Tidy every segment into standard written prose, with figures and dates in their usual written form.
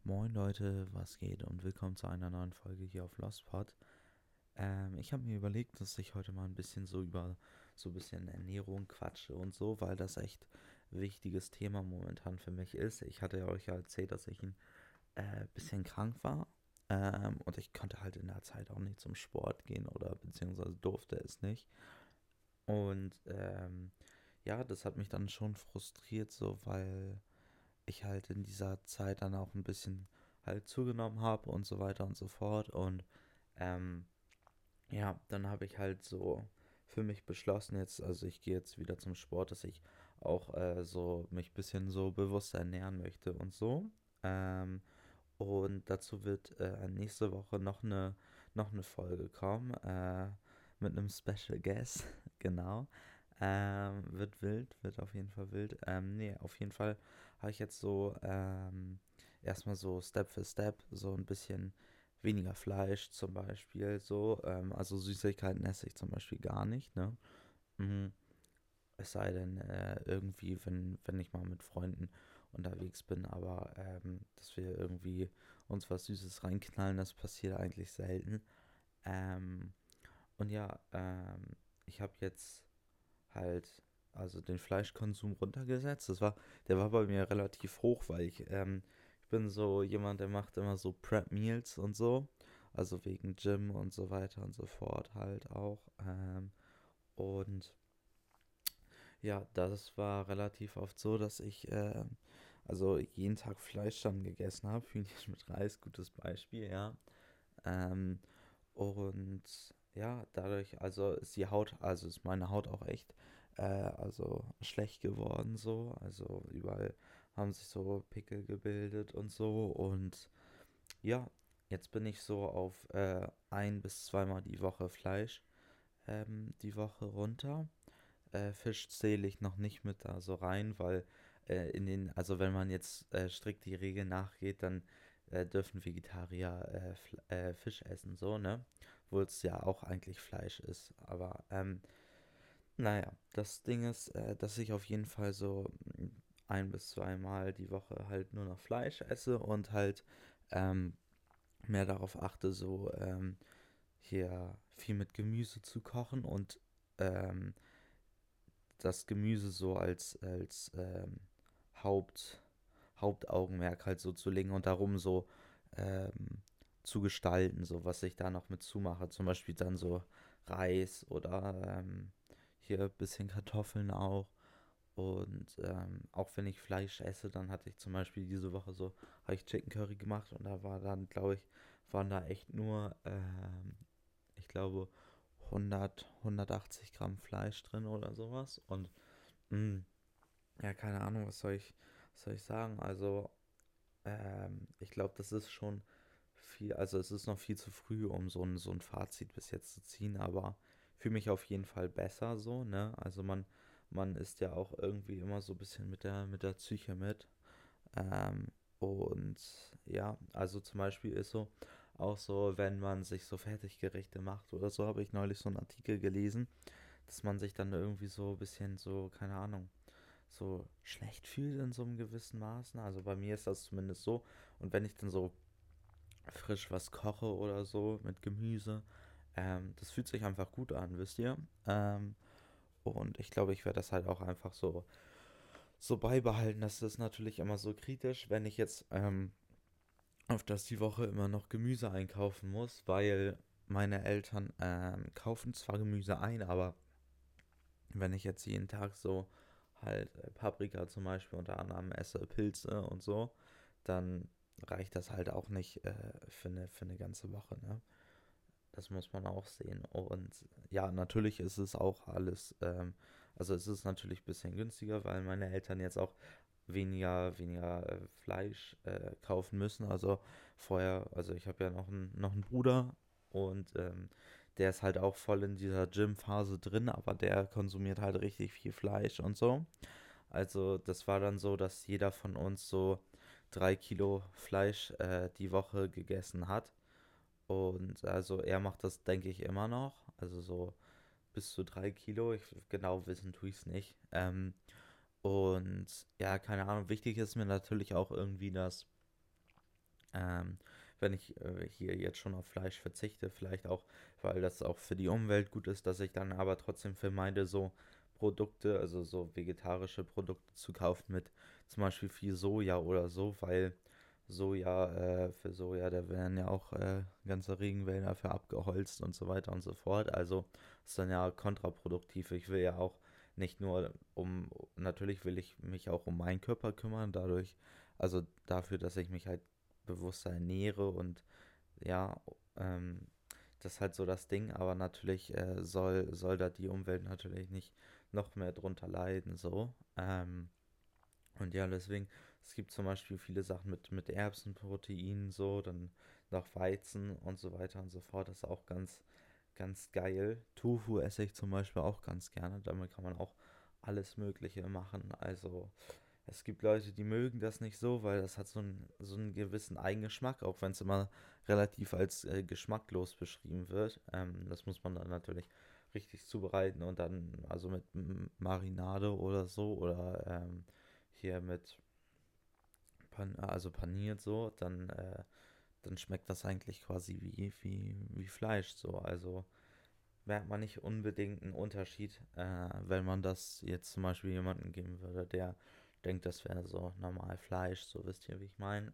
Moin Leute, was geht und willkommen zu einer neuen Folge hier auf Lostpod. Ich habe mir überlegt, dass ich heute mal ein bisschen so über so ein bisschen Ernährung quatsche und so, weil das echt ein wichtiges Thema momentan für mich ist. Ich hatte ja euch ja erzählt, dass ich ein bisschen krank war, und ich konnte halt in der Zeit auch nicht zum Sport gehen oder beziehungsweise durfte es nicht. Und ja, das hat mich dann schon frustriert, so weil ich halt in dieser Zeit dann auch ein bisschen halt zugenommen habe und so weiter und so fort. Und ähm, ja, dann habe ich halt so für mich beschlossen jetzt, also ich gehe jetzt wieder zum Sport, dass ich auch so mich ein bisschen so bewusster ernähren möchte und so. Ähm, und dazu wird nächste Woche noch eine Folge kommen, mit einem Special Guest, genau. Wird wild, wird auf jeden Fall wild. Nee, auf jeden Fall habe ich jetzt so erstmal so Step für Step so ein bisschen weniger Fleisch zum Beispiel, so. Also Süßigkeiten esse ich zum Beispiel gar nicht, ne? Mhm. Es sei denn, irgendwie, wenn ich mal mit Freunden unterwegs bin, aber dass wir irgendwie uns was Süßes reinknallen, das passiert eigentlich selten. Ähm, und ja, ich habe jetzt halt also den Fleischkonsum runtergesetzt. Der war bei mir relativ hoch, weil ich bin so jemand, der macht immer so Prep Meals und so. Also wegen Gym und so weiter und so fort halt auch. Und ja, das war relativ oft so, dass ich also jeden Tag Fleisch dann gegessen habe. Hühnchen mit Reis, gutes Beispiel, ja. Ähm, und ja, dadurch, also ist die Haut, also ist meine Haut auch echt, also schlecht geworden so. Also überall haben sich so Pickel gebildet und so. Und ja, jetzt bin ich so auf ein bis zweimal die Woche Fleisch die Woche runter. Fisch zähle ich noch nicht mit da so rein, weil also wenn man jetzt strikt die Regeln nachgeht, dann dürfen Vegetarier Fisch essen, so, ne? Obwohl es ja auch eigentlich Fleisch ist. Aber naja, das Ding ist, dass ich auf jeden Fall so ein bis zweimal die Woche halt nur noch Fleisch esse und halt ähm, mehr darauf achte, so hier viel mit Gemüse zu kochen und ähm, das Gemüse so als Haupt, Hauptaugenmerk halt so zu legen und darum so ähm, zu gestalten, so was ich da noch mit zumache. Zum Beispiel dann so Reis oder hier ein bisschen Kartoffeln auch. Und auch wenn ich Fleisch esse, dann hatte ich zum Beispiel diese Woche so, habe ich Chicken Curry gemacht und da war dann, glaube ich, waren da echt nur, ich glaube, 180 Gramm Fleisch drin oder sowas. Und mh, ja, keine Ahnung, was soll ich sagen? Also, ich glaube, das ist schon viel, also es ist noch viel zu früh, um so ein Fazit bis jetzt zu ziehen, aber ich fühle mich auf jeden Fall besser so, ne? Also man ist ja auch irgendwie immer so ein bisschen mit der Psyche mit. Ähm, und ja, also zum Beispiel ist so, auch so, wenn man sich so Fertiggerichte macht oder so, habe ich neulich so einen Artikel gelesen, dass man sich dann irgendwie so ein bisschen so, keine Ahnung, so schlecht fühlt in so einem gewissen Maßen. Also bei mir ist das zumindest so. Und wenn ich dann so frisch was koche oder so mit Gemüse, das fühlt sich einfach gut an, wisst ihr? Und ich glaube, ich werde das halt auch einfach so beibehalten. Das ist natürlich immer so kritisch, wenn ich jetzt auf das die Woche immer noch Gemüse einkaufen muss, weil meine Eltern kaufen zwar Gemüse ein, aber wenn ich jetzt jeden Tag so halt Paprika zum Beispiel unter anderem esse, Pilze und so, dann reicht das halt auch nicht für eine ganze Woche, ne? Das muss man auch sehen. Und ja, natürlich ist es auch alles, also es ist natürlich ein bisschen günstiger, weil meine Eltern jetzt auch weniger Fleisch kaufen müssen. Also vorher, also ich habe ja noch einen Bruder und der ist halt auch voll in dieser Gym-Phase drin, aber der konsumiert halt richtig viel Fleisch und so. Also das war dann so, dass jeder von uns so 3 Kilo Fleisch die Woche gegessen hat. Und also er macht das, denke ich, immer noch. Also so bis zu 3 Kilo. Genau wissen tue ich es nicht. Und ja, keine Ahnung. Wichtig ist mir natürlich auch irgendwie, dass Ähm, wenn ich hier jetzt schon auf Fleisch verzichte, vielleicht auch, weil das auch für die Umwelt gut ist, dass ich dann aber trotzdem vermeide, so Produkte, also so vegetarische Produkte zu kaufen mit zum Beispiel viel Soja oder so, weil für Soja, da werden ja auch ganze Regenwälder für abgeholzt und so weiter und so fort. Also ist dann ja kontraproduktiv. Ich will ja auch nicht nur natürlich will ich mich auch um meinen Körper kümmern, also dafür, dass ich mich halt bewusster ernähre und ja, ähm, das ist halt so das Ding, aber natürlich soll da die Umwelt natürlich nicht noch mehr drunter leiden, so. Und ja, deswegen, es gibt zum Beispiel viele Sachen mit Erbsenprotein, so, dann noch Weizen und so weiter und so fort. Das ist auch ganz geil. Tofu esse ich zum Beispiel auch ganz gerne. Damit kann man auch alles Mögliche machen. Also, es gibt Leute, die mögen das nicht so, weil das hat so einen gewissen Eigengeschmack, auch wenn es immer relativ als geschmacklos beschrieben wird. Das muss man dann natürlich richtig zubereiten und dann, also mit Marinade oder so, oder hier mit also paniert so, dann schmeckt das eigentlich quasi wie Fleisch so. Also merkt man nicht unbedingt einen Unterschied, wenn man das jetzt zum Beispiel jemandem geben würde, der denkt, das wäre so normal Fleisch, so wisst ihr, wie ich meine.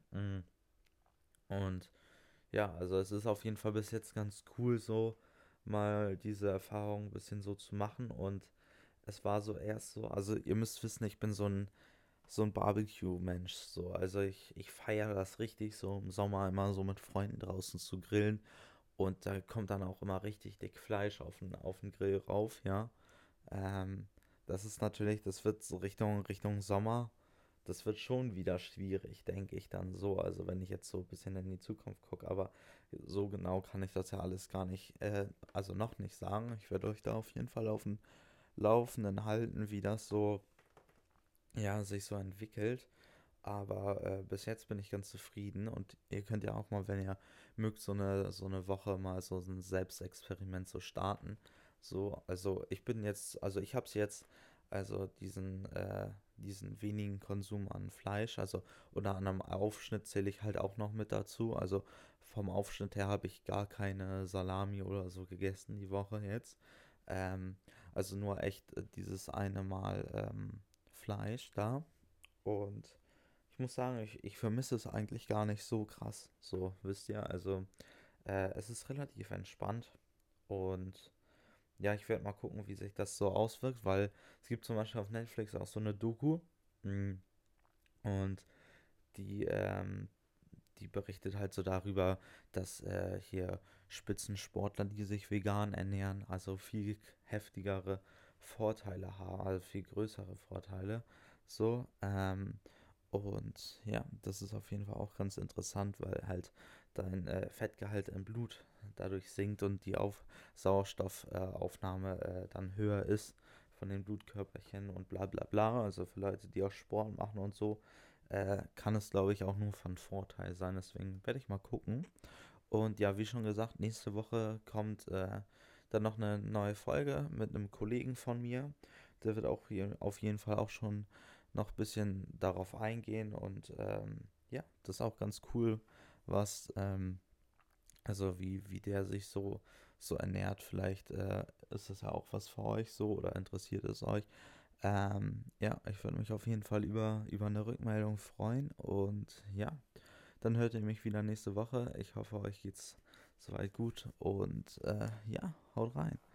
Und ja, also es ist auf jeden Fall bis jetzt ganz cool, so mal diese Erfahrung ein bisschen so zu machen. Und es war so erst so, also ihr müsst wissen, ich bin so ein Barbecue-Mensch. So. Also ich feiere das richtig, so im Sommer immer so mit Freunden draußen zu grillen. Und da kommt dann auch immer richtig dick Fleisch auf den Grill rauf, ja. Ähm, Das ist natürlich, das wird so Richtung Sommer. Das wird schon wieder schwierig, denke ich dann so. Also wenn ich jetzt so ein bisschen in die Zukunft gucke, aber so genau kann ich das ja alles gar nicht, also noch nicht sagen. Ich werde euch da auf jeden Fall auf dem Laufenden halten, wie das so, ja, sich so entwickelt. Aber bis jetzt bin ich ganz zufrieden und ihr könnt ja auch mal, wenn ihr mögt, so eine Woche mal so ein Selbstexperiment so starten. So, also ich habe es jetzt, also diesen wenigen Konsum an Fleisch, also unter anderem Aufschnitt zähle ich halt auch noch mit dazu. Also vom Aufschnitt her habe ich gar keine Salami oder so gegessen die Woche jetzt. Ähm, also nur echt dieses eine Mal Fleisch da. Und ich muss sagen, ich vermisse es eigentlich gar nicht so krass. So, wisst ihr, also es ist relativ entspannt. Und ja, ich werde mal gucken, wie sich das so auswirkt, weil es gibt zum Beispiel auf Netflix auch so eine Doku. mm, Und die, die berichtet halt so darüber, dass hier Spitzensportler, die sich vegan ernähren, also viel heftigere Vorteile haben, also viel größere Vorteile. So, und ja, das ist auf jeden Fall auch ganz interessant, weil halt dein Fettgehalt im Blut dadurch sinkt und die Sauerstoffaufnahme dann höher ist von den Blutkörperchen und bla bla bla. Also für Leute, die auch Sport machen und so, kann es, glaube ich, auch nur von Vorteil sein. Deswegen werde ich mal gucken. Und ja, wie schon gesagt, nächste Woche kommt dann noch eine neue Folge mit einem Kollegen von mir. Der wird auch hier auf jeden Fall auch schon noch ein bisschen darauf eingehen. Und ja, das ist auch ganz cool, was, also wie der sich so ernährt. Vielleicht ist das ja auch was für euch so oder interessiert es euch. Ja, ich würde mich auf jeden Fall über eine Rückmeldung freuen. Und ja, dann hört ihr mich wieder nächste Woche. Ich hoffe, euch geht's soweit gut. Und ja, haut rein.